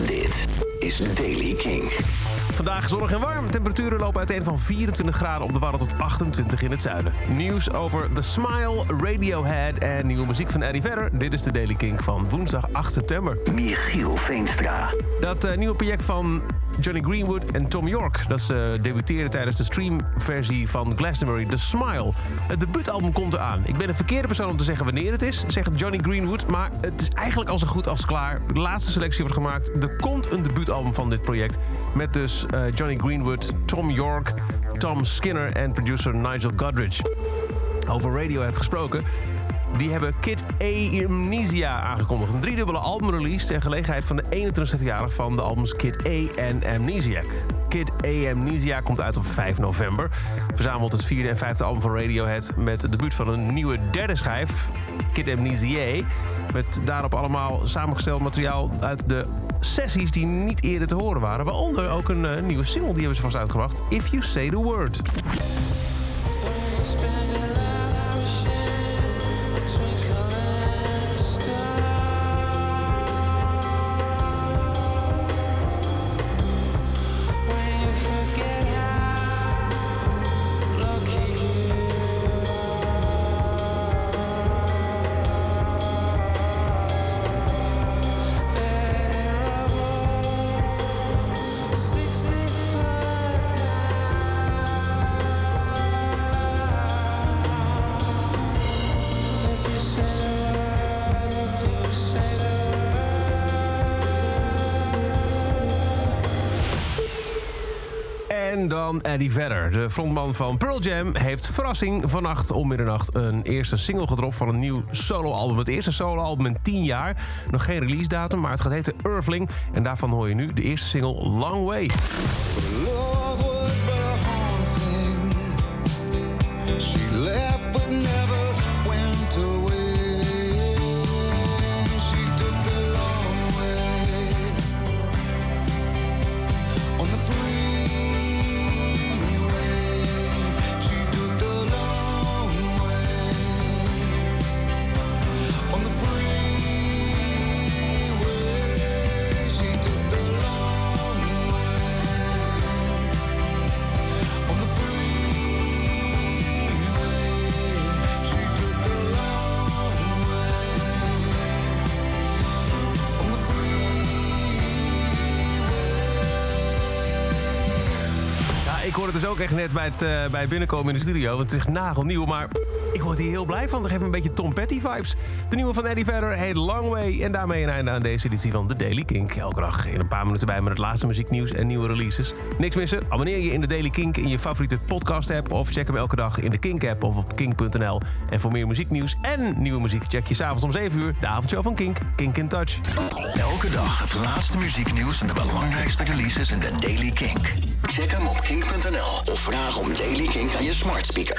Dit is Daily King. Vandaag zonnig en warm. Temperaturen lopen uiteen van 24 graden op de Wadden tot 28 in het zuiden. Nieuws over The Smile, Radiohead en nieuwe muziek van Eddie Vedder. Dit is de Daily King van woensdag 8 september. Michiel Veenstra. Dat nieuwe project van Johnny Greenwood en Thom Yorke. Dat ze debuteerden tijdens de streamversie van Glastonbury, The Smile. Het debuutalbum komt eraan. Ik ben een verkeerde persoon om te zeggen wanneer het is, zegt Johnny Greenwood. Maar het is eigenlijk al zo goed als klaar. De laatste selectie wordt gemaakt. Er komt een debuutalbum van dit project. Met dus Johnny Greenwood, Thom Yorke, Tom Skinner en producer Nigel Godrich. Over Radiohead gesproken. Die hebben Kid Amnesia aangekondigd. Een 3-dubbele albumrelease ter gelegenheid van de 21-jarig van de albums Kid A en Amnesiac. Kid Amnesia komt uit op 5 november. Verzamelt het 4e en 5e album van Radiohead met het debuut van een nieuwe derde schijf, Kid Amnesia. Met daarop allemaal samengesteld materiaal uit de sessies die niet eerder te horen waren. Waaronder ook een nieuwe single, die hebben ze vast uitgebracht, If You Say The Word. En dan Eddie Vedder, de frontman van Pearl Jam, heeft verrassing vannacht om middernacht een eerste single gedropt van een nieuw soloalbum. Het eerste soloalbum in 10 jaar. Nog geen release datum, maar het gaat heten Earthling. En daarvan hoor je nu de eerste single Long Way. Ik hoor het dus ook echt net bij binnenkomen in de studio. Want het is nagelnieuw, maar ik word hier heel blij van. Dat geeft me een beetje Tom Petty vibes. De nieuwe van Eddie Vedder heet Long Way. En daarmee een einde aan deze editie van The Daily Kink. Elke dag in een paar minuten bij met het laatste muzieknieuws en nieuwe releases. Niks missen? Abonneer je in de Daily Kink in je favoriete podcast-app. Of check hem elke dag in de Kink-app of op kink.nl. En voor meer muzieknieuws en nieuwe muziek check je 's avonds om 7 uur de avondshow van Kink. Kink in Touch. Elke dag het laatste muzieknieuws en de belangrijkste releases in de Daily Kink. Check hem op kink.nl of vraag om Daily Kink aan je smart speaker.